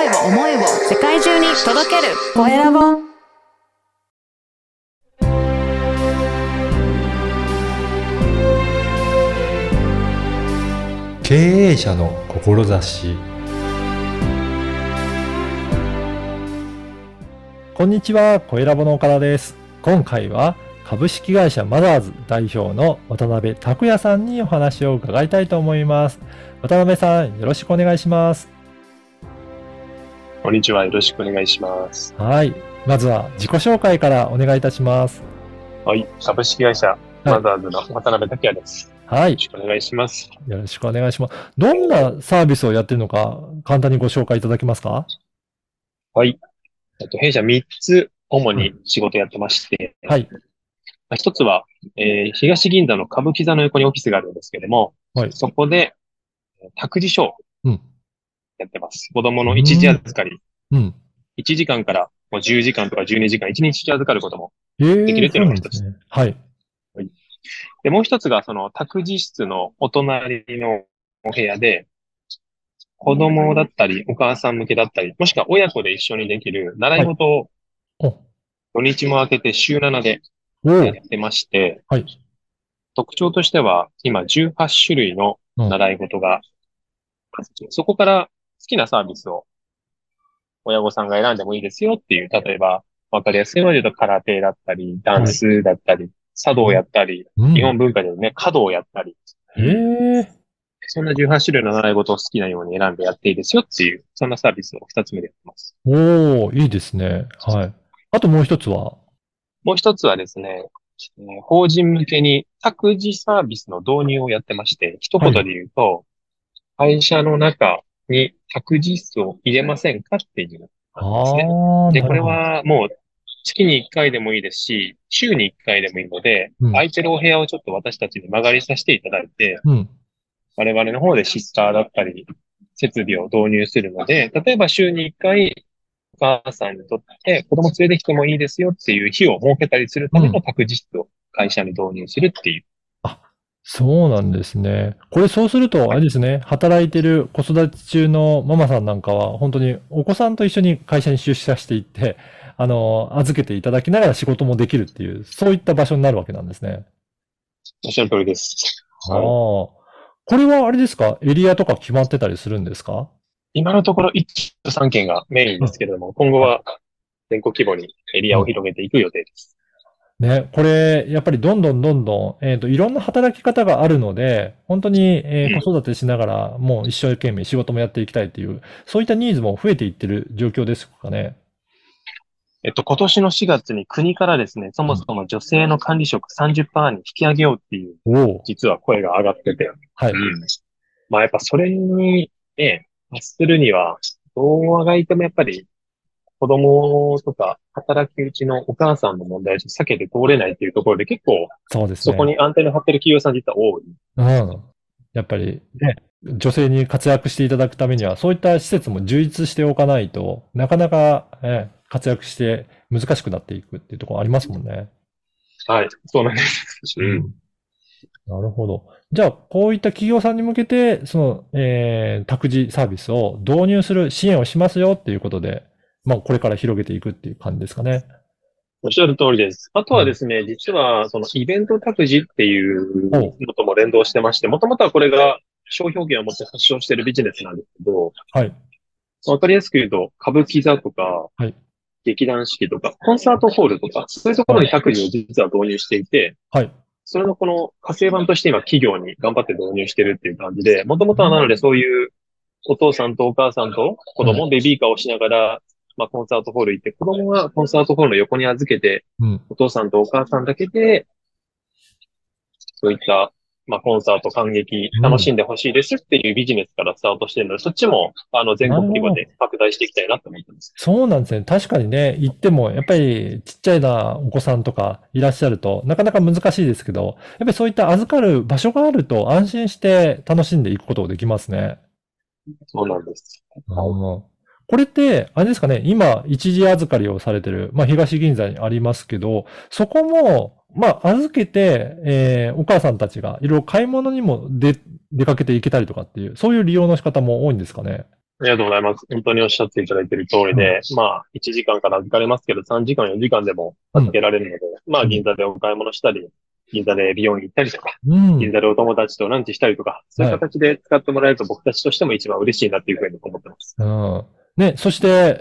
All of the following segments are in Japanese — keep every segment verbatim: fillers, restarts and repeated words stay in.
声を思いを世界中に届けるコエラボ。 経営者の志。こんにちは、コエラボの岡田です。今回は株式会社マザーズ代表の渡辺拓也さんにお話を伺いたいと思います。渡辺さん、よろしくお願いします。 こんにちは、よろしくお願いします。 はい、まずは自己紹介からお願いいたします。 はい、株式会社マザーズの渡辺拓也です。はい、よろしくお願いします。 よろしくお願いします。どんなサービスをやっているのか簡単にご紹介いただけますか？ はい、えっと弊社みっつ主に仕事やってまして、 はい。 一つは、えー、東銀座の歌舞伎座の横にオフィスがあるんですけども、はい、そこで託児所をやってます。うん、子供の一時預かり、うん、いちじかんからもうじゅうじかんとかじゅうにじかん、いちにち預かることもできるというのが一つ。えー、そうなんですね。はい。はい。で、もう一つがその託児室のお隣のお部屋で、子供だったり、お母さん向けだったり、もしくは親子で一緒にできる習い事を土日も明けて週ななでやってまして、はい、特徴としては今じゅうはちしゅるいの習い事が、うん、そこから好きなサービスを親御さんが選んでもいいですよっていう、例えばわかりやすいので言うと空手だったり、ダンスだったり、はい、茶道をやったり、うん、日本文化でね、華道をやったり、へー、そんなじゅうはちしゅるいの習い事を好きなように選んでやっていいですよっていう、そんなサービスをふたつめでやってます。 おー、いいですね。はい。あともう一つはもう一つはですね、法人向けに託児サービスの導入をやってまして、一言で言うと、はい、会社の中に託児室を入れませんかっていうのなんですね。で、これはもう月にいっかいでもいいですし、週にいっかいでもいいので、うん、空いてるお部屋をちょっと私たちに間借りさせていただいて、うん、我々の方でシッターだったり、設備を導入するので、例えば週にいっかい、お母さんにとって子供連れてきてもいいですよっていう日を設けたりするための託児室を会社に導入するっていう。 うん、あ、そうなんですね。これそうすると、あれですね、はい、働いてる子育て中のママさんなんかは、本当にお子さんと一緒に会社に出社していって、あの、預けていただきながら仕事もできるっていう、そういった場所になるわけなんですね。 おっしゃる通りです。 ああ。これはあれですか？エリアとか決まってたりするんですか？ 今のところいち都さんけんがメインですけれども、うん、今後は全国規模にエリアを広げていく予定です。 うん、ね、これ、やっぱりどんどんどんどん、えっと、いろんな働き方があるので、本当に、えー、子育てしながら、もう一生懸命仕事もやっていきたいっていう、そういったニーズも増えていってる状況ですかね。 えっと、今年のしがつに国からですね、そもそも女性の管理職 さんじゅっパーセント に引き上げようっていう、実は声が上がってて。はい。うん、まあやっぱそれにね、達するには、どうあがいてもやっぱり子供とか働きうちのお母さんの問題を避けて通れないっていうところで結構、そうですね。そこにアンテナ張ってる企業さん実は多い。 うん。やっぱりね、女性に活躍していただくためには、そういった施設も充実しておかないとなかなか、ね、活躍して難しくなっていくっていうところありますもんね。 はい、そうなんです。うん。 なるほど。じゃあ、こういった企業さんに向けて、その、えー、託児サービスを導入する支援をしますよっていうことで、まあ、これから広げていくっていう感じですかね。 おっしゃる通りです。あとはですね、うん、実は、そのイベント託児っていうのとも連動してまして、もともとはこれが商標権を持って発祥しているビジネスなんですけど、はい。わかりやすく言うと、歌舞伎座とか、はい。劇団四季とか、コンサートホールとか、そういうところに託児を実は導入していて、はい。それのこの派生版として今企業に頑張って導入してるっていう感じで、もともとはなのでそういうお父さんとお母さんと子供、ベビーカーをしながら、まあコンサートホール行って、子供はコンサートホールの横に預けて、うん、お父さんとお母さんだけで、そういった、まあコンサート、感激、楽しんでほしいですっていうビジネスからスタートしてるので、うん、そっちも、あの、全国規模で拡大していきたいなと思ってます。 そうなんですね。確かにね、行っても、やっぱりちっちゃいなお子さんとかいらっしゃると、なかなか難しいですけど、やっぱりそういった預かる場所があると安心して楽しんでいくことができますね。 そうなんです。 これって、あれですかね、今、一時預かりをされてる、まあ、東銀座にありますけど、そこも、まあ、預けて、えー、お母さんたちがいろいろ買い物にも出、出かけていけたりとかっていう、そういう利用の仕方も多いんですかね。 ありがとうございます。本当におっしゃっていただいている通りで、うん、まあ、いちじかんから預かれますけど、さんじかん、よじかんでも預けられるので、うん、まあ、銀座でお買い物したり、銀座で美容院行ったりとか、うん、銀座でお友達とランチしたりとか、そういう形で使ってもらえると僕たちとしても一番嬉しいなっていうふうに思ってます。 うん。ね、そして、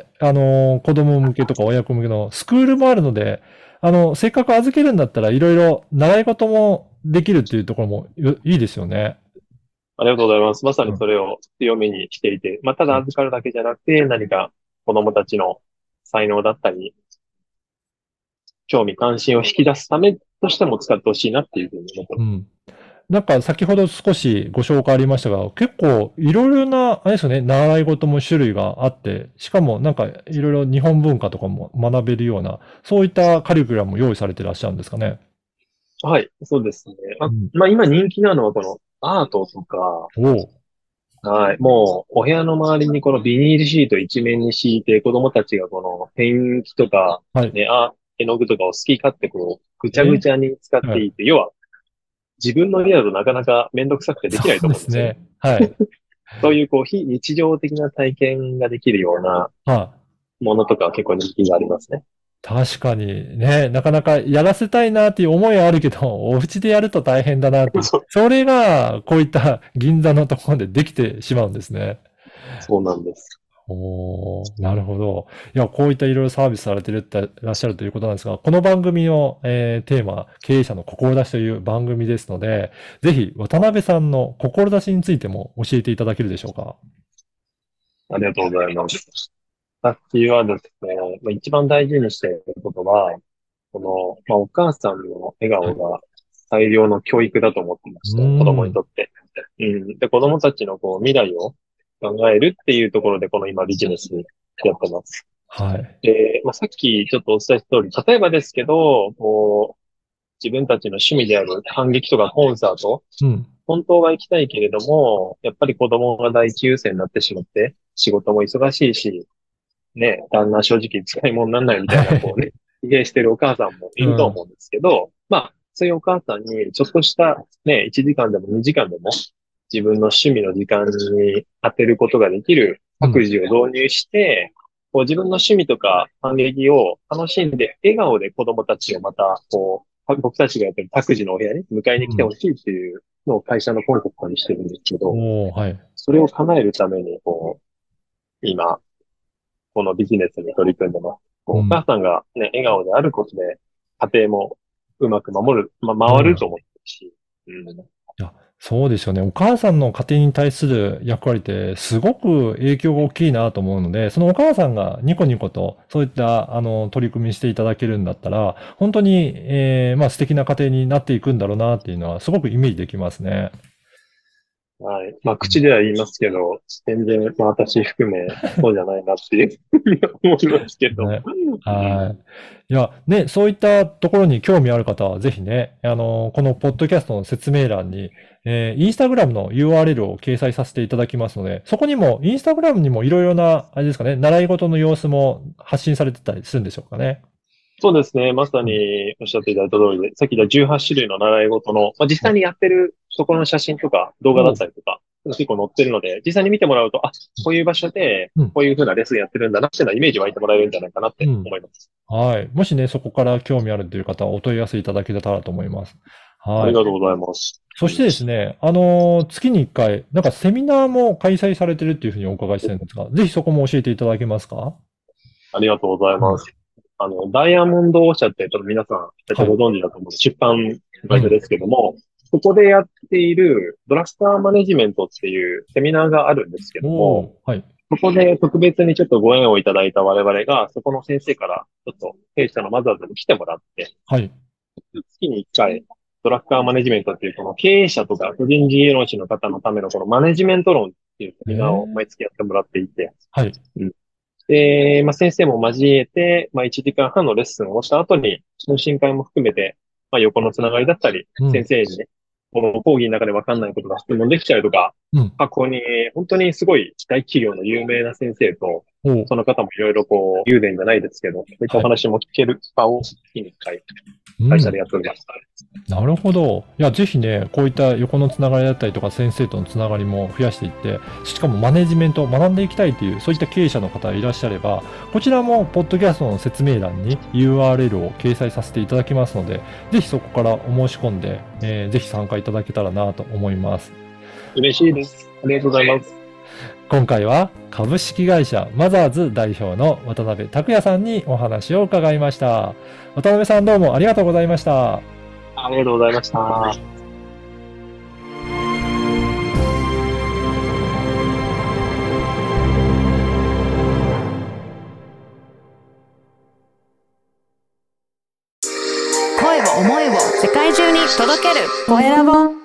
あの、子供向けとか親子向けのスクールもあるので、あの、せっかく預けるんだったらいろいろ習い事もできるっていうところもいいですよね。 ありがとうございます。まさにそれを強みにしていて、まあ、ただ預かるだけじゃなくて、何か子供たちの才能だったり、興味関心を引き出すためとしても使ってほしいなっていうふうに思ってます。うん。 なんか先ほど少しご紹介ありましたが、結構いろいろな、あれですよね、習い事も種類があって、しかもなんかいろいろ日本文化とかも学べるような、そういったカリキュラムも用意されていらっしゃるんですかね。 はい、そうですね。あ、うん、まあ今人気なのはこのアートとか、はい。もう、お部屋の周りにこのビニールシート一面に敷いて、子供たちがこのペンキとか、ね、はい、あ、絵の具とかを好き勝手こう、ぐちゃぐちゃに使っていて、はい、要は、自分の家だとなかなかめんどくさくてできないと思うんですよ。そうですね。はい。そういうこう、非日常的な体験ができるようなものとか結構人気がありますね。 確かにね、なかなかやらせたいなっていう思いはあるけど、お家でやると大変だなって。それが、こういった銀座のところでできてしまうんですね。 そうなんです。 おー、なるほど。いや、こういったいろいろサービスされてるってらっしゃるということなんですが、この番組の、えー、テーマ、経営者の志という番組ですので、ぜひ渡辺さんの志についても教えていただけるでしょうか。 ありがとうございます。私はですね、一番大事にしていることは、この、まあ、お母さんの笑顔が最良の教育だと思ってまして、子供にとって。うん。で、子供たちのこう未来を考えるっていうところで、この今ビジネスやってます。 はい。 で、まあ、さっきちょっとお伝えした通り、例えばですけど、こう、自分たちの趣味である反撃とかコンサート、うん、本当は行きたいけれども、やっぱり子供が第一優先になってしまって、仕事も忙しいし、ね、旦那正直使い物にならないみたいな、こうね、疲弊してるお母さんもいると思うんですけど、うん、まあ、そういうお母さんに、ちょっとしたね、いちじかんでもにじかんでも、自分の趣味の時間に当てることができる各自を導入して、うん、こう自分の趣味とか反撃を楽しんで、笑顔で子供たちをまた、こう、僕たちがやってる託児のお部屋に迎えに来てほしいっていうのを会社のコンセプトにしてるんですけど、 うんはい、 それを叶えるために、こう、今、このビジネスに取り組んでます。お母さんがね、笑顔であることで、家庭もうまく守る、ま、回ると思ってるし、うんうん、 いや、そうですよね。お母さんの家庭に対する役割ってすごく影響が大きいなと思うので、そのお母さんがニコニコとそういったあの取り組みしていただけるんだったら、本当に、えー、まあ素敵な家庭になっていくんだろうなっていうのはすごくイメージできますね。 はい。まあ、口では言いますけど、全然、まあ、私含め、そうじゃないなっていうふうに思いますけど。ね、 はい。いや、ね、そういったところに興味ある方は、ぜひね、あの、このポッドキャストの説明欄に、えー、インスタグラムの ユーアールエル を掲載させていただきますので、そこにも、インスタグラムにもいろいろな、あれですかね、習い事の様子も発信されてたりするんでしょうかね。 そうですね。まさにおっしゃっていただいた通りで、さっき言ったじゅうはち種類の習い事の、まあ、実際にやってるところの写真とか動画だったりとか、結構載ってるので、実際に見てもらうと、あ、こういう場所で、こういう風なレッスンやってるんだなっていうのはイメージ湧いてもらえるんじゃないかなって思います。 うん、はい。もしね、そこから興味あるという方はお問い合わせいただけたらと思います。はい。 ありがとうございます。 そしてですね、あのー、月にいっかい、なんかセミナーも開催されてるっていうふうにお伺いしてるんですが、ぜひそこも教えていただけますか？ ありがとうございます。うんあの、ダイヤモンドオーシャって、ちょっと皆さん、大体ご存知だと思う、はい、出版会社ですけども、うん、そこでやっているドラフターマネジメントっていうセミナーがあるんですけども、はい、そこで特別にちょっとご縁をいただいた我々が、そこの先生からちょっと弊社のマザーズに来てもらって、はい、月にいっかい、ドラフターマネジメントっていう、この経営者とか個人事業主の方のためのこのマネジメント論っていうセミナーを毎月やってもらっていて、はい。うんで、まあ、先生も交えて、まあ、いちじかんはんのレッスンをした後に、懇親会も含めて、まあ、横のつながりだったり、うん、先生にね、この講義の中でわかんないことが質問できちゃうとか、うん、過去に、本当にすごい大企業の有名な先生と、 その方もいろいろこう、雄伝じゃないですけど、そういったお話も聞ける場を月にいっかい、会社でやっております。 うん、なるほど。いや、ぜひね、こういった横のつながりだったりとか、先生とのつながりも増やしていって、しかもマネジメントを学んでいきたいという、そういった経営者の方がいらっしゃれば、こちらも、ポッドキャストの説明欄に ユーアールエル を掲載させていただきますので、ぜひそこからお申し込んで、えー、ぜひ参加いただけたらなと思います。 嬉しいです。ありがとうございます。 今回は株式会社マザーズ代表の渡辺拓也さんにお話を伺いました。渡辺さんどうもありがとうございました。 ありがとうございました。 声を思いを世界中に届けるコエラボ。